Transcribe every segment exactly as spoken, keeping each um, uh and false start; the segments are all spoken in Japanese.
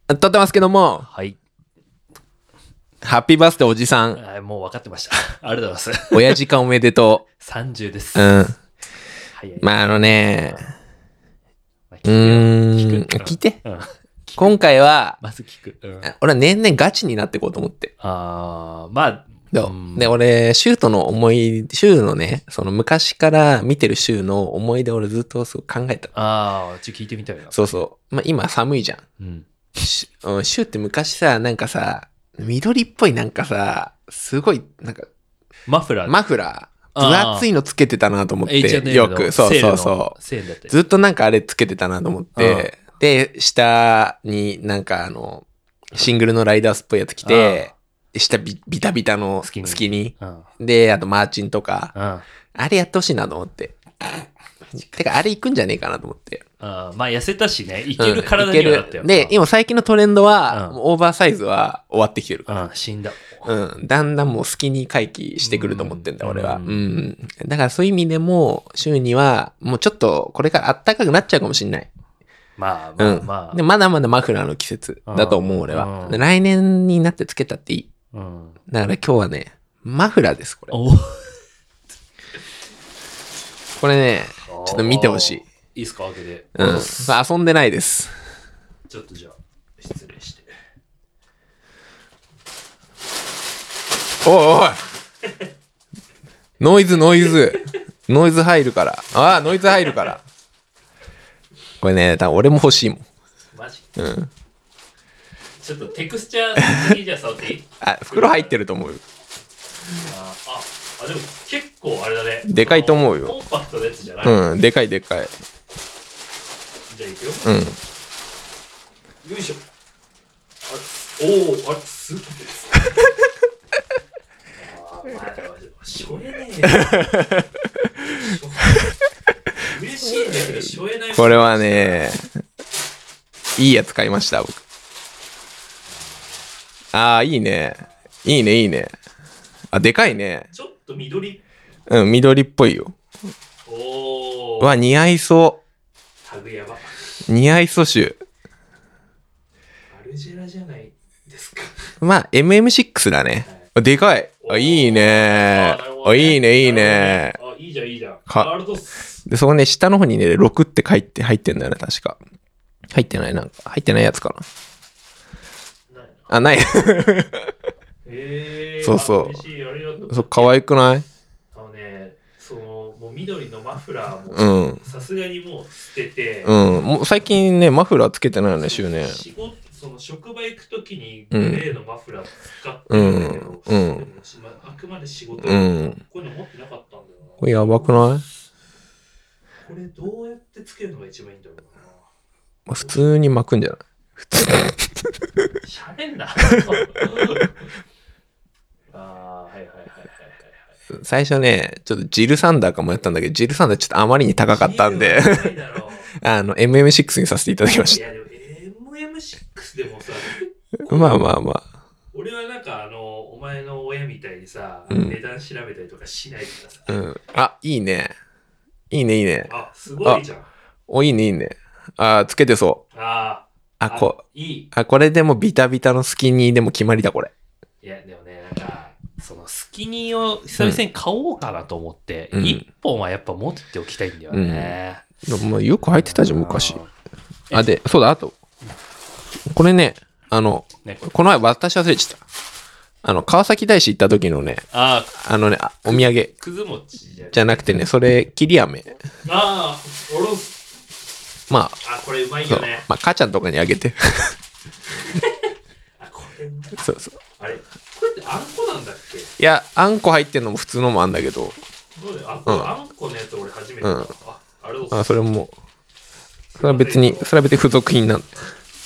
撮ってますけども、 はい。 ハッピーバースデーおじさん。 あもう分かってました。ありがとうございます。 親父間おめでとさんじゅうです。 う。うん。 早い。 まああのね、 まあうーん、 聞く聞いて。 うん。 今回は、 まず聞く。うん、 俺は年々ガチになっていこうと思って。 あー、まあ、 そううんで、俺、シュートの思い、シューのね、その昔から見てるシューの思い出俺ずっとすごい考えた。 あー、ちょっと聞いてみたいな。 そうそう。まあ今寒いじゃん。 うん。 シュシューって昔さ、なんかさ、緑っぽいなんかさ、すごい、なんか、 マフラー。 マフラー、分厚いのつけてたなと思って、 エイチアンドエム のよく、そうそうそう。 セールだったずっとなんかあれつけてたなと思って、で、下になんかあの、シングルのライダースっぽいやつ着て、下ビビタビタのスキニスキニー。で、あとマーチンとか、 うん、 あれやってほしいなと思って。てか、あれ行くんじゃねえかなと思って。 あまあ痩せたしね、いける体にはなったよ、 うん、で、今最近のトレンドは、うん、オーバーサイズは終わってきてるから。 うん、死んだ。 うん。だんだんもうスキニー回帰してくると思ってんだ、うん、俺は。うん。だからそういう意味でも、週には、もうちょっと、これから暖かくなっちゃうかもしんない。 まあまあまあ。 うん、で、まだまだマフラーの季節だと思う、俺は。うん、来年になってつけたっていい。うん、だから今日はね、マフラーです、これ。これね、ちょっと見てほしい。 いいっすか、開けて。 うん。遊んでないです。 ちょっとじゃあ、失礼して。 おいおいノイズノイズ。ノイズ入るから。ああ、ノイズ入るから。これね、多分俺も欲しいもん。 マジ？ うん。 ちょっとテクスチャー的じゃ触っていい？ あ、袋入ってると思うよ。 ああ、あ、でも結構あれだね。 でかいと思うよ。 コンパクトなやつじゃない？ うん、でかいでかい。 じゃあいくよ。 うん。 よいしょ。あれ、おお、あれ、すげえ。ああ、まあ、しょえねえよ。嬉しいんだけど、しょえない。 これはね、いいやつ買いました、僕。ああ、いいね。いいね、いいね。あ、でかいね。 ちょっと緑。 うん、緑っぽいよ。 おー。 うわ、似合いそう。 タグやば。 似合いそうしゅ。 アルジェラじゃないですか。 まあ、エムエムシックス だね。はい、でかい。あ、いいね。あ、いいね、いいね。 あ、いいじゃん、いいじゃん。 かで、そこね、下の方にね、ろくって書いて、入ってんだよね、確か。入ってない、なんか。入ってないやつかな。ないあ、ない。 えー、 そうそう。 嬉しい、ありがとう。 そう、可愛くない？ あのね、その、もう緑のマフラーも、さすがにもう捨てて、 うん。もう最近ね、マフラーつけてないよね、週ね。 仕事、その職場行くときにグレーのマフラー使ってるんだけど、うんうん、でもあくまで仕事、うん、こういうの持ってなかったんだよな。 これやばくない？ これどうやってつけるのが一番いいんだろうな。 まあ、普通に巻くんじゃない？普通しゃべんな。ああ、はいはいはいはいはい。 最初ね、ちょっとジルサンダーかもやったんだけど、ジルサンダーちょっとあまりに高かったんで、あの、エムエムシックス にさせていただきました。 いやでも エムエムシックス でもさ、 まあまあまあ。 俺はなんかあの、お前の親みたいにさ、うん、値段調べたりとかしないからさ。 うん。あ、いいね。いいね、いいね。 あ、すごいじゃん。 お、いいね、いいね。あ、つけてそう。 ああ、こ、 いい。 あ、これでもビタビタのスキニーでも決まりだ、これ。 いや、でもね、なんか、そのスキニーを久々に買おうかなと思って、一、うん、本はやっぱ持っておきたいんだよね。 うん、でもまあよく入ってたじゃん、昔。あ、で、そうだ、あと。これね、あの、ね、この前私忘れちゃった。あの、川崎大師行った時のね、あ, あのね、お土産。 くず餅じゃなくてね、それ、切り飴。 ああ、おろす。 まあ、 あ、これうまいよね。 まあ、母ちゃんとかにあげて。 あ、これうまい。 そうそう。 あれこれってあんこなんだっけ？ いや、あんこ入ってんのも普通のもあんだけど。 そうだよ。あ、これあんこのやつ俺初めてだ。うん、あ、あれあ、それも、それは別に、それは別に付属品なんで。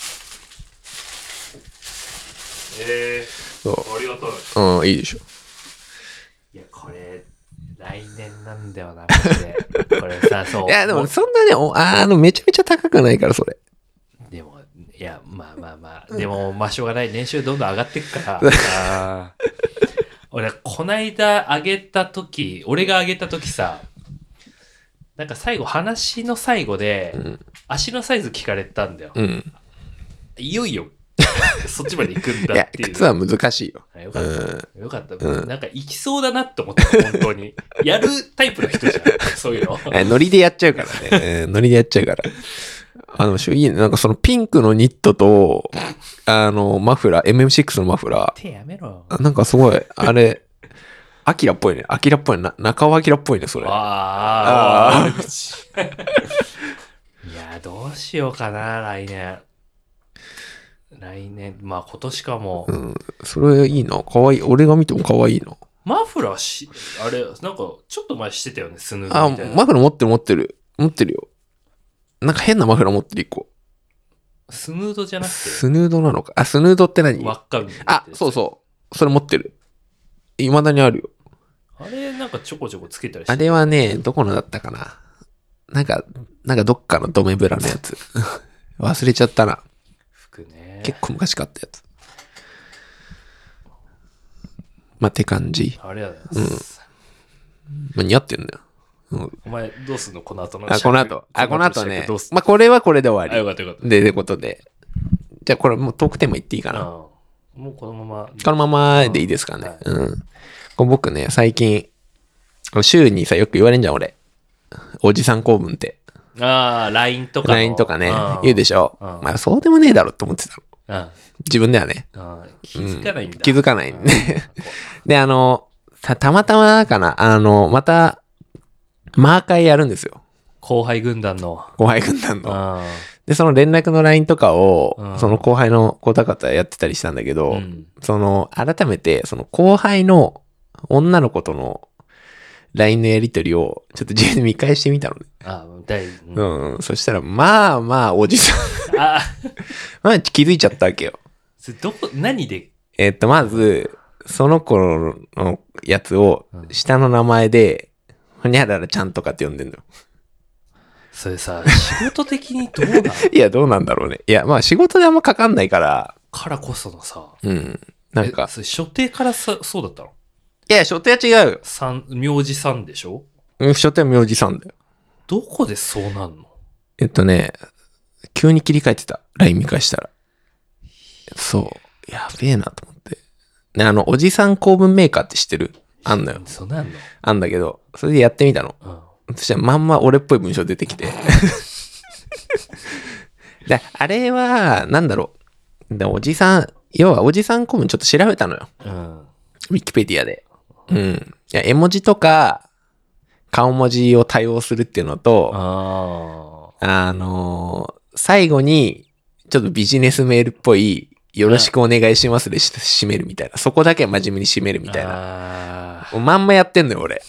えー、そう。ありがたい。 うん、いいでしょ。 いや、これ、来年なんだよな、マジで。これさ、そう。 いや、でもそんなね、あの、めちゃめちゃ高くないから、それ。 でも、いや、まあまあまあ、でも、まあ、しょうがない。年収どんどん上がっていくから。あ俺、こないだ上げたとき、俺が上げたときさ、なんか最後、話の最後で、うん、足のサイズ聞かれたんだよ。 うん、 いよいよそっちまで行くんだっていう。 いや、靴は難しいよ。 よかった。うん、よかった、うん。なんか行きそうだなって思った、本当に。やるタイプの人じゃん。そういうの。 ノリでやっちゃうからね。ノリでやっちゃうから。あの、いいね。なんかそのピンクのニットと、あの、マフラー、エムエムシックス のマフラー。 手やめろ。 なんかすごい、あれ、アキラっぽいね。アキラっぽいな。中尾アキラっぽいね、それ。 ああ。あいや、どうしようかな、来年。来年、まあ今年かも。 うん。それいいな。かわいい。俺が見てもかわいいな。 マフラーし、あれ、なんか、ちょっと前してたよね、スヌードみたいな。 あ、マフラー持ってる持ってる。持ってるよ。なんか変なマフラー持ってる一個。 スヌードじゃなくてスヌードなのか。あ、スヌードって何？ 輪っかみたいな。 あ、そうそう。それ持ってる。未だにあるよ。 あれ、なんかちょこちょこつけたりして。 あれはね、どこのだったかな。なんか、なんかどっかのドメブラのやつ。忘れちゃったな。 服ね。 結構昔買ったやつ。まあ、って感じ。 ありがとうございます。 うん。まあ、似合ってんだよ。 うん、お前、どうすんのこの後の。 あ、この後。あ、この後ね。まあ、これはこれで終わり。 あ、よかったよかった。 で、ってことで。じゃあ、これもうトークテーマ言っていいかな。 もうこのまま。 このままでいいですかね。はい、うん。これ僕ね、最近、週にさ、よく言われんじゃん、俺。おじさん構文って。 ああ、ライン とか。 ライン とかね、言うでしょ。まあ、そうでもねえだろって思ってたの。自分ではね。 気づかないんだ。 気づかないんで。で、あの、た、たまたまかな、あの、また、マー会やるんですよ。 後輩軍団の。 後輩軍団の。で、その連絡の ライン とかを、その後輩の子た方やってたりしたんだけど、うん、その、改めて、その後輩の女の子との ライン のやりとりを、ちょっと自分で見返してみたのね。 ああ、大事。 うん、うん。そしたら、まあまあ、おじさん。ああ。まあ、気づいちゃったわけよ。 それどこ、何でえっと、まず、その子のやつを、下の名前で、ほにゃららちゃんとかって呼んでんのよ。 それさ、仕事的にどうなのいや、どうなんだろうね。いや、まあ仕事であんまかかんないから。 からこそのさ。 うん。なんか。 それ所定からさ、そうだったの？ いや、所定は違うよ。 さん、名字さんでしょ？ うん、所定は名字さんだよ。 どこでそうなんの？ えっとね、急に切り替えてた。ライン 見返したら。そう。やべえなと思って。ね、あの、おじさん構文メーカーって知ってる？あんのよ。 そうなんの？ あんだけど、それでやってみたの。うん。そしたらまんま俺っぽい文章出てきて。で、あれは、なんだろう。で、おじさん、要はおじさん構文ちょっと調べたのよ。うん。ウィキペディアで。うん。いや、絵文字とか、顔文字を多用するっていうのと、あ、あのー、最後に、ちょっとビジネスメールっぽい、よろしくお願いしますで締めるみたいな。そこだけは真面目に締めるみたいな。もうまんまやってんのよ、俺。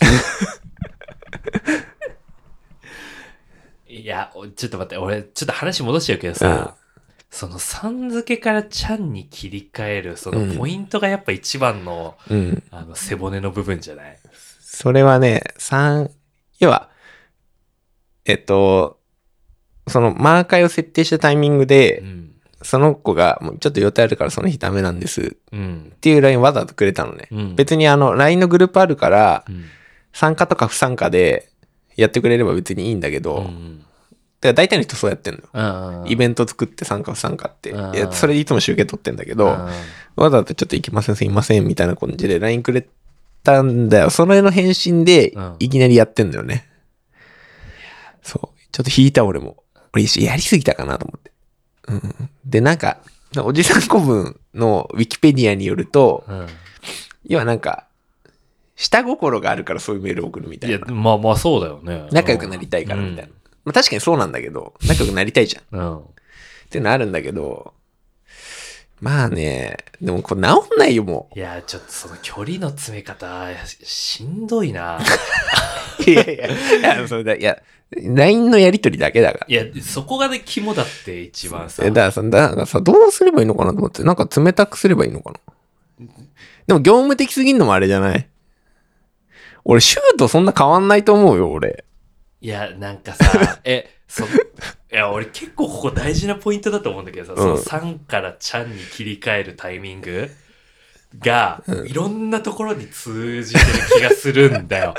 いや、ちょっと待って、俺、ちょっと話戻しちゃうけどさ、うん、その、さん付けからちゃんに切り替える、そのポイントがやっぱ一番の、うん、あの、背骨の部分じゃない？ それはね、さん、要は、えっと、その、マーカーを設定したタイミングで、うん、その子が、もうちょっと予定あるからその日ダメなんです。うん、っていう ライン わざとくれたのね。うん、別にあの、ライン のグループあるから、うん、参加とか不参加でやってくれれば別にいいんだけど、うん、だから大体の人そうやってんの。イベント作って参加不参加って。いや、それいつも集計取ってんだけど、わざとちょっと行きませんすいませんみたいな感じで ライン くれたんだよ。その絵の返信でいきなりやってんだよね。うん、そう。ちょっと引いた俺も。俺やりすぎたかなと思って。うん、で、なんか、おじさん古文のウィキペディアによると、うん、要はなんか、下心があるからそういうメールを送るみたいな。いや、 まあまあそうだよね。 仲良くなりたいからみたいな。うん、まあ確かにそうなんだけど、仲良くなりたいじゃん。うん、っていうのあるんだけど、まあね、でもこれ治んないよ、もう。いや、ちょっとその距離の詰め方、しんどいな。 いやいや、いや、それだ、いや、ライン のやりとりだけだから。 いや、そこがね、肝だって一番さ。 だからさ、だからさ、どうすればいいのかなと思って、なんか冷たくすればいいのかな。でも業務的すぎんのもあれじゃない？俺、シュートそんな変わんないと思うよ、俺。 いや、なんかさ、え、そ、いや、俺結構ここ大事なポイントだと思うんだけどさ、うん、そのさんからちゃんに切り替えるタイミングが、うん、いろんなところに通じてる気がするんだよ。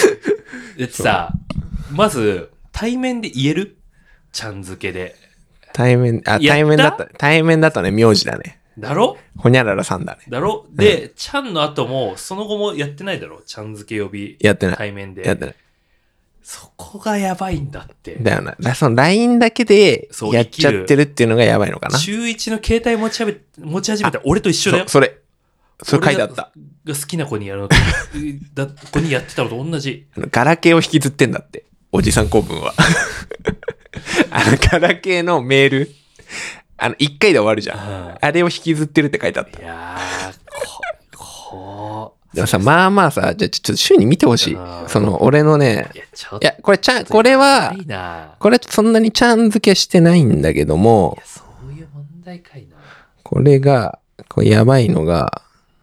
でさ、まず、対面で言える？ちゃん付けで。 対面、あ、対面だった。対面だとね、名字だね。 だろ？ ほにゃららさんだね。 だろ？で、うん、ちゃんの後も、その後もやってないだろ？ちゃん付け呼び。 やってない。 対面で。 やってない。 そこがやばいんだって。 だよな。その ライン だけでやっちゃってるっていうのがやばいのかな。 中いちの携帯持ち持ち始めた俺と一緒だよ。 そ, それ。それ書いてあった。 が好きな子にやるのと、だ子にやってたのと同じ。 ガラケーを引きずってんだって。おじさん公文は。あの、ガラケーのメール。あの、一回で終わるじゃん。うん、あれを引きずってるって書いてあった。 いやー、こ、こでもさ、まあまあさ、じゃあちょっと週に見てほしい。その、俺のね、いや、ちょっといやこれちゃん、これは、これそんなにちゃん付けしてないんだけども、 いや、そういう問題かいな。 これが、これやばいのが、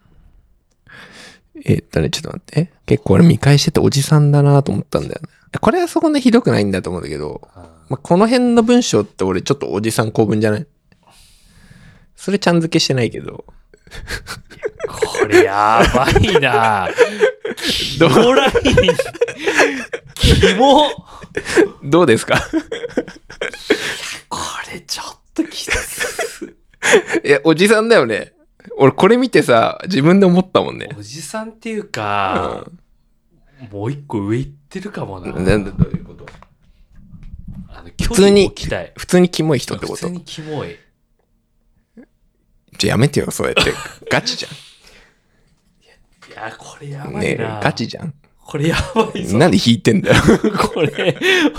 えー、っとね、ちょっと待って。結構俺見返してておじさんだなと思ったんだよね。これはそこでひどくないんだと思うんだけど、まあ、この辺の文章って俺ちょっとおじさん公文じゃない？それちゃん付けしてないけど。 これやばいなキモライン。キモ。 どうですか？ これちょっときつい。いや、おじさんだよね。俺これ見てさ、自分で思ったもんね。 おじさんっていうか、うん、もう一個上行ってるかもな。 なんでどういうこと？ あの普通に普通にキモい人ってこと？ 普通にキモい。 じゃやめてよ、そうやって。ガチじゃん。 いや、これやばいな。 ねえ、ガチじゃん。 これやばいぞ。 なんで弾いてんだよ。 これ、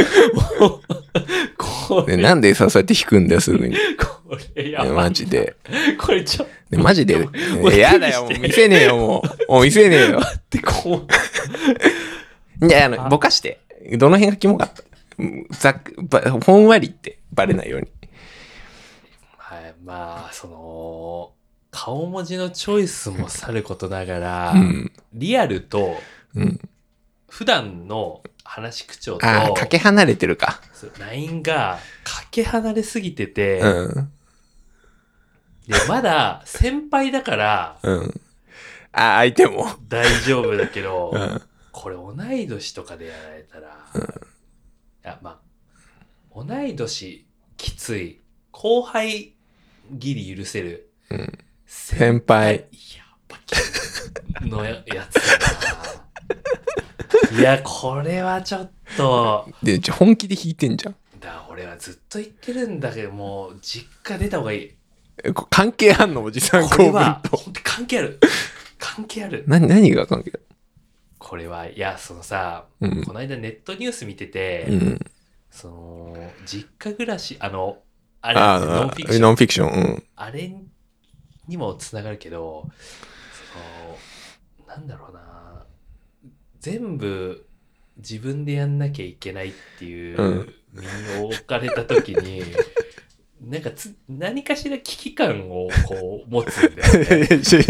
これ。なんでさ、そうやって弾くんだよ、すぐに。 これやばい。 マジで。 これちょっと。マジで。やだよ、もう見せねえよ、もう。もう見せねえよ。 待って、こう。いや、あの、ぼかして。どの辺がキモかった？ざっば、ほんわりってバレないように。 はい、まあ、その、顔文字のチョイスもさることながら、 うん、 リアルと、 うん、 普段の話し口調と、 ああ、かけ離れてるか。 ライン がかけ離れすぎてて、 うん、 で、まだ先輩だから、 うん、あ、相手も大丈夫だけど、 うん、 これ同い年とかでやられたら、 うん、 いや、まあ、同い年きつい、後輩ギリ許せる、 うん、先輩、やっぱのやつだな。いや、これはちょっと。 で、本気で弾いてんじゃん。 だ、俺はずっと言ってるんだけど、もう、実家出た方がいい。 関係あんのおじさんこれは、本当関係ある。関係ある。 な、何が関係ある？ これは、いや、そのさ、 うん、 この間ネットニュース見てて、 うん、その、実家暮らし、あの、あれ、 あノンフィクション。 ノンフィクション、うん。 あれにもつながるけど、その、なんだろうな、全部自分でやんなきゃいけないっていう身に置かれた時に、うん、なんかつ何かしら危機感をこう持つんだよね。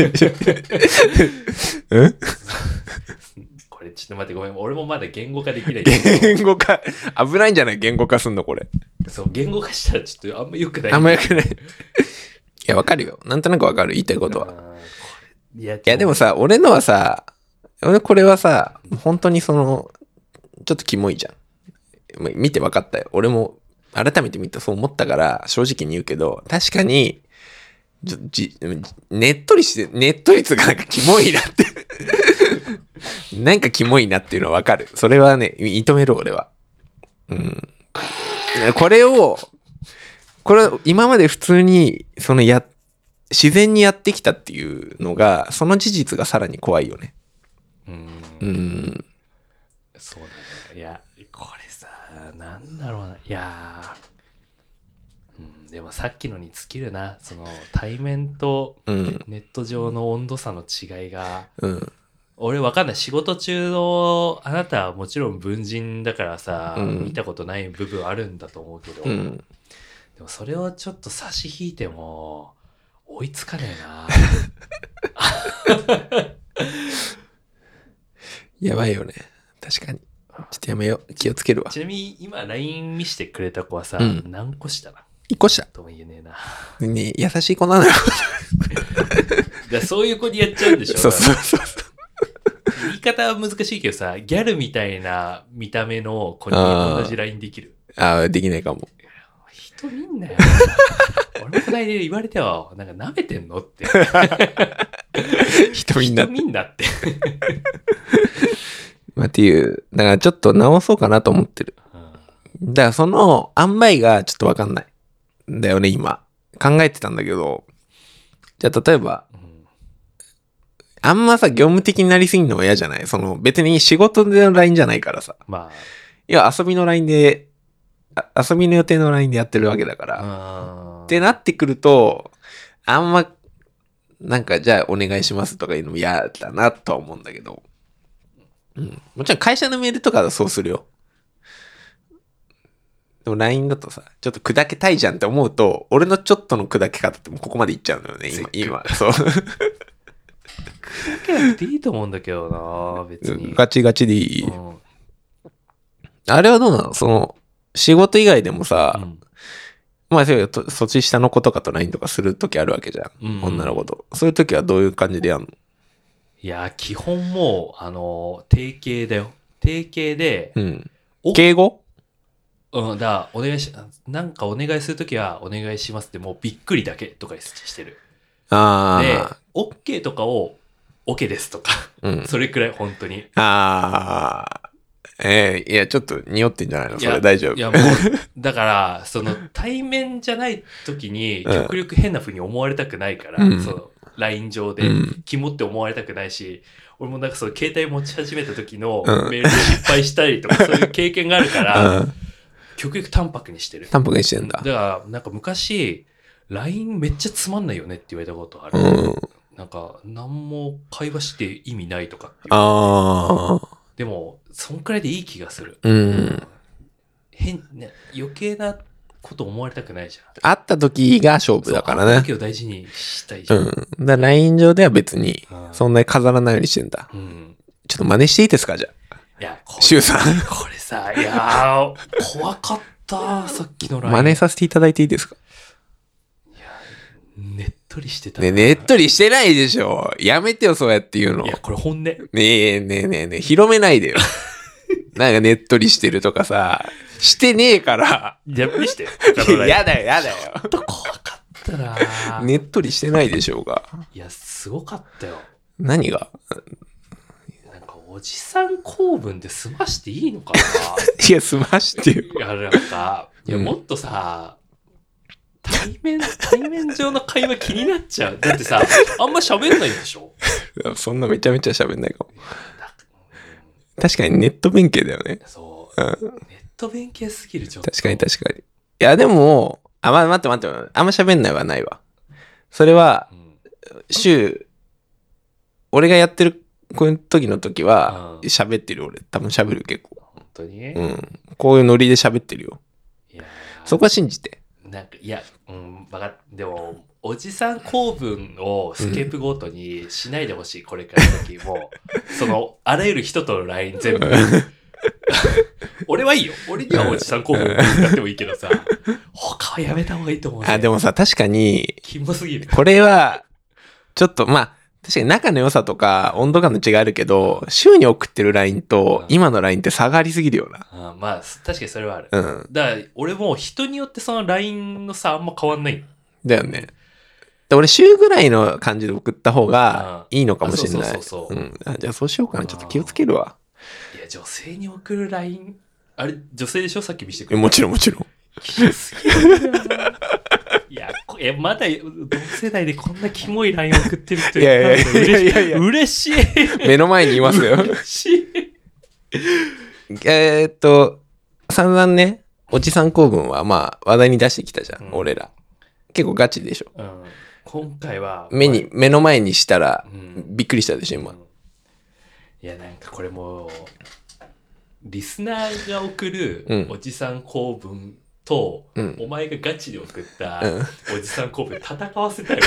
うん、これちょっと待ってごめん、俺もまだ言語化できないけど。 言語化危ないんじゃない？言語化すんのこれ。 そう、言語化したらちょっとあんま良くない。 あんま良くない。いや、わかるよ。なんとなくわかる。言いたいことは。いや、いやでもさ、俺のはさ、俺これはさ、本当にその、ちょっとキモいじゃん。見てわかったよ。俺も改めて見てそう思ったから、正直に言うけど、確かに、じじねっとりして、ねっとりつがなんかキモいなって。なんかキモいなっていうのはわかる。それはね、認める俺は。うん。これを、これ今まで普通に、そのや、自然にやってきたっていうのが、その事実がさらに怖いよね。 うん。 うん。 そうだね。いや、これさ、なんだろうな。いや、うん、でもさっきのに尽きるな。その対面とネット上の温度差の違いが、 うん。 俺わかんない。仕事中のあなたはもちろん文人だからさ、うん、見たことない部分あるんだと思うけど、うん、でもそれをちょっと差し引いても追いつかねえな。 やばいよね。確かに。ちょっとやめよう。気をつけるわ。 ちなみに今 ライン 見してくれた子はさ、うん、何個したな？ いっこした。 とも言えねえな。 ね、優しい子なのよ。 だそういう子にやっちゃうんでしょ。 そうそうそう。 言い方は難しいけどさ、ギャルみたいな見た目の子に同じ ライン できる？ ああ、できないかも。 一人見んなよ。俺もこないで言われては、なんか舐めてんのって。 人見んな。 人見んなって。 まあっていう、だからちょっと直そうかなと思ってる。うん、だからその塩梅がちょっとわかんない。だよね、今。考えてたんだけど、じゃあ例えば、うん、あんまさ、業務的になりすぎるのは嫌じゃない？その別に仕事での ライン じゃないからさ。まあ。いや、遊びの ライン で、遊びの予定の ライン でやってるわけだから。ってなってくると、あんま、なんかじゃあお願いしますとかいうのも嫌だなとは思うんだけど。うん。もちろん会社のメールとかはそうするよ。でも ライン だとさ、ちょっと砕けたいじゃんって思うと、俺のちょっとの砕け方ってもうここまでいっちゃうのよね、今。今そう。砕けなくていいと思うんだけどな、別に。 ガチガチでいい。うん、あれはどうなの？その、仕事以外でもさ、うん、まあ、そういう年下の子とかと ライン とかするときあるわけじゃん。うん、女の子と。そういうときはどういう感じでやるの？ いや、基本もう、あの、定型だよ。定型で、 うん。敬語？ うん、だから、お願いし、なんかお願いするときは、お願いしますって、もうびっくりだけとかしてる。ああ。で、OK とかを、OK ですとか、うん、それくらい、本当に。 ああ。ええー、いや、ちょっと匂ってんじゃないの？それ大丈夫。 いや、もう、だから、その、対面じゃないときに、極力変な風に思われたくないから、うん、その、ライン 上で、肝って思われたくないし、うん、俺もなんかその、携帯持ち始めた時の、メールで失敗したりとか、そういう経験があるから、うん、極力淡白にしてる。 淡白にしてんだ。 だから、なんか昔、ライン めっちゃつまんないよねって言われたことある。うん、なんか、何も会話して意味ないとかっていう。ああ。でも、そんくらいでいい気がする。うん。変、ね、余計なこと思われたくないじゃん。 会った時が勝負だからね。会った時を大事にしたいじゃん。 うん。だから ライン 上では別に、そんなに飾らないようにしてんだ。うん。ちょっと真似していいですか、じゃあ。いや、これ。シュウさん。 これさ、いやー、怖かった、さっきの ライン。 真似させていただいていいですか？ いや、ねっとりしてた。 ね、ねっとりしてないでしょ。やめてよ、そうやって言うの。 いや、これ本音。ねえねえねえねえ、広めないでよ。なんかねっとりしてるとかさ、してねえから。 や見して。 やだよ、やだよ。 ちょっと怖かったな。 ねっとりしてないでしょうが。 いや、すごかったよ。 何が？ なんか、おじさん公文で済ましていいのかな？ いや、済ましてよ。 いや、なんか、いや、もっとさ、うん、対面、対面上の会話気になっちゃう。だってさ、あんま喋んないでしょ？ そんなめちゃめちゃ喋んないかも。確かにネット弁慶だよね。 そう。うん、ネット弁慶すぎるちょっと。 確かに確かに。いや、でも、あ、ま、待って待って待って。あんま喋んないはないわ。それは、うん、週、俺がやってるこういう時の時は、喋ってる俺。多分喋る結構。 本当に？ うん。こういうノリで喋ってるよ。いやそこは信じて。 なんか、いや、うん、わかっ、でも、おじさん公文をスケープゴートにしないでほしい、うん、これからの時も。その、あらゆる人との ライン 全部。俺はいいよ。俺にはおじさん公文使ってもいいけどさ、他はやめた方がいいと思う、ね。 あ、でもさ、確かに、 キモすぎる。 これは、ちょっと、まあ、確かに仲の良さとか温度感の違いあるけど、週に送ってる ライン と今の ライン って差がありすぎるよな。 うんうん、まあ、確かにそれはある。うん。だから、俺も人によってその ライン の差あんま変わんない。 だよね。で俺週ぐらいの感じで送った方がいいのかもしれない。そうそうそうそう。うん。あ、じゃあそうしようかな。ちょっと気をつけるわ。 いや、女性に送る ライン、あれ、女性でしょ？さっき見せてくれた。 もちろんもちろん。 キモすぎるよな。いや、え、まだ同世代でこんなキモい ライン 送ってる人いたんだ。いやいやいやいや嬉しい。 目の前にいますよ。 嬉しい。 えーっと、散々ね、おじさん公文はまあ話題に出してきたじゃん、うん、俺ら。結構ガチでしょ。うん、 今回は。 目に、目の前にしたら、うん、びっくりしたでしょ、今。うん、 いや、なんかこれもう、リスナーが送るおじさん公文と、うん、お前がガチで送ったおじさん公文戦わせたい。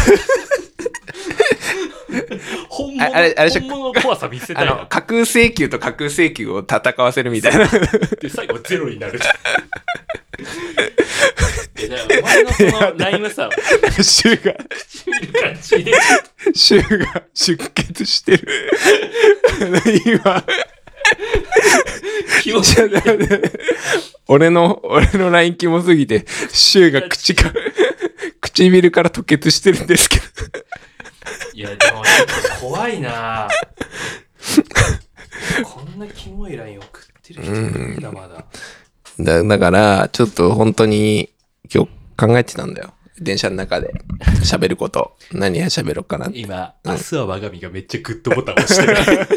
本物、あれあれ本物の怖さ見せたいな。あの架空請求と架空請求を戦わせるみたいな。 で最後ゼロになる。え、だからお前のその ライン はさ、 シュがシュが出血してる。今キモすぎて。俺の、俺の ライン キモすぎて、シュウが口か、唇から吐血してるんですけど。 いや、でもちょっと怖いなこんなキモい ライン 送ってる人いるんだ、まだ。 だ、だから、ちょっと本当に今日考えてたんだよ。電車の中で喋ること。何や喋ろうかなって。 今、うん、明日は我が身がめっちゃグッドボタン押してる。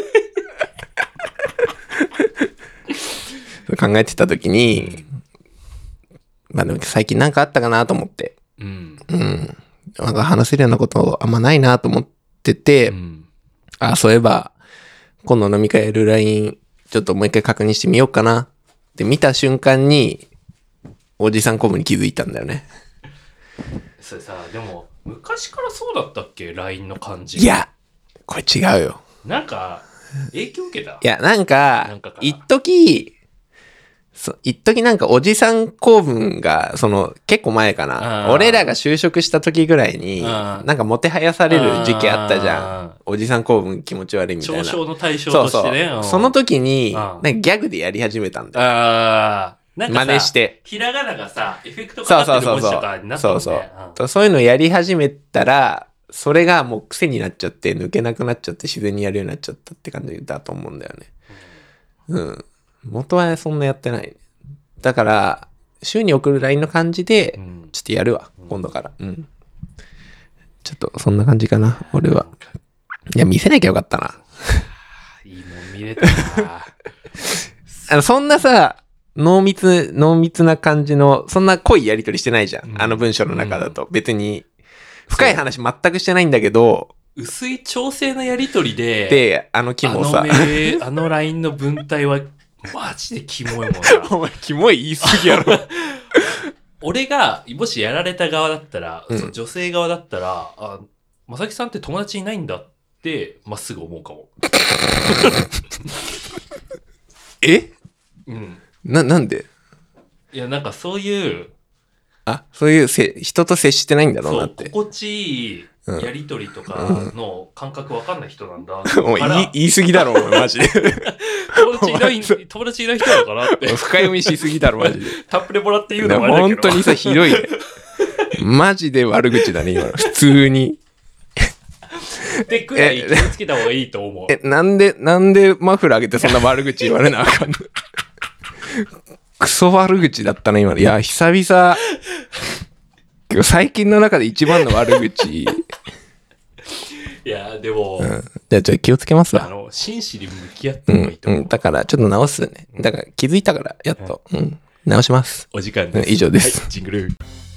考えてた時に、まあでも最近なんかあったかなと思って。うん。うん。なんか話せるようなことあんまないなと思ってて、うん、あ、そういえば、今度飲み会やる ライン、ちょっともう一回確認してみようかなって見た瞬間に、おじさんコムに気づいたんだよね。 それさ、でも、昔からそうだったっけ ?ライン の感じ。 いや、これ違うよ。 なんか、影響受けた？ いや、なんか、一時、そ一時なんかおじさん公文が、その、結構前かな。俺らが就職した時ぐらいに、なんかもてはやされる時期あったじゃん。おじさん公文気持ち悪いみたいな。 嘲笑の対象としてね。 そうそう。その時に、なんかギャグでやり始めたんだよ。ああ。なんかさ真似して。 ひらがながさ、エフェクトかかってる文字とかになったもんね。 そうそうそう。そういうのやり始めたら、それがもう癖になっちゃって、抜けなくなっちゃって自然にやるようになっちゃったって感じだと思うんだよね。うん。うん、元はそんなやってない。だから、週に送る ライン の感じで、ちょっとやるわ、うん、今度から。うん。ちょっと、そんな感じかな、俺は。いや、見せなきゃよかったな。 いいもん見れたなあの、そんなさ、濃密、濃密な感じの、そんな濃いやりとりしてないじゃん。うん、あの文章の中だと。別に、深い話全くしてないんだけど、 薄い調整のやりとりで、 で、あのキモさ。 あのメあの ライン の文体は、マジでキモいもんな。 お前、キモい言い過ぎやろ。 俺が、もしやられた側だったら、うん、その女性側だったら、あ、まさきさんって友達いないんだって、まっすぐ思うかも。 え？ うん。 な、なんで？ いや、なんかそういう、 あ、そういうせ、人と接してないんだろうなって。 そう、心地いいやりとりとかの感覚わかんない人なんだ。 お前、言い、言い過ぎだろ、お前、マジで。 友達いない、友達いない人なのかなって。 深読みしすぎだろ、マジで。 タップでもらって言うのもあれだけど。 本当にさ、ひどいね。マジで悪口だね、今の。普通に。 で、くらい気をつけた方がいいと思う。 え、なんで、なんでマフラー上げてそんな悪口言われなあかんの？クソ悪口だったね、今の。いや、久々。最近の中で一番の悪口。 いや、でも。 うん、じゃあ、ちょっと気をつけますわ。 あの、真摯に向き合ってもいいと思う。 うん、うん。だから、ちょっと直すね。だから、気づいたから、やっと。うん。直します。 お時間です。 うん、以上です。 はい、ジングル。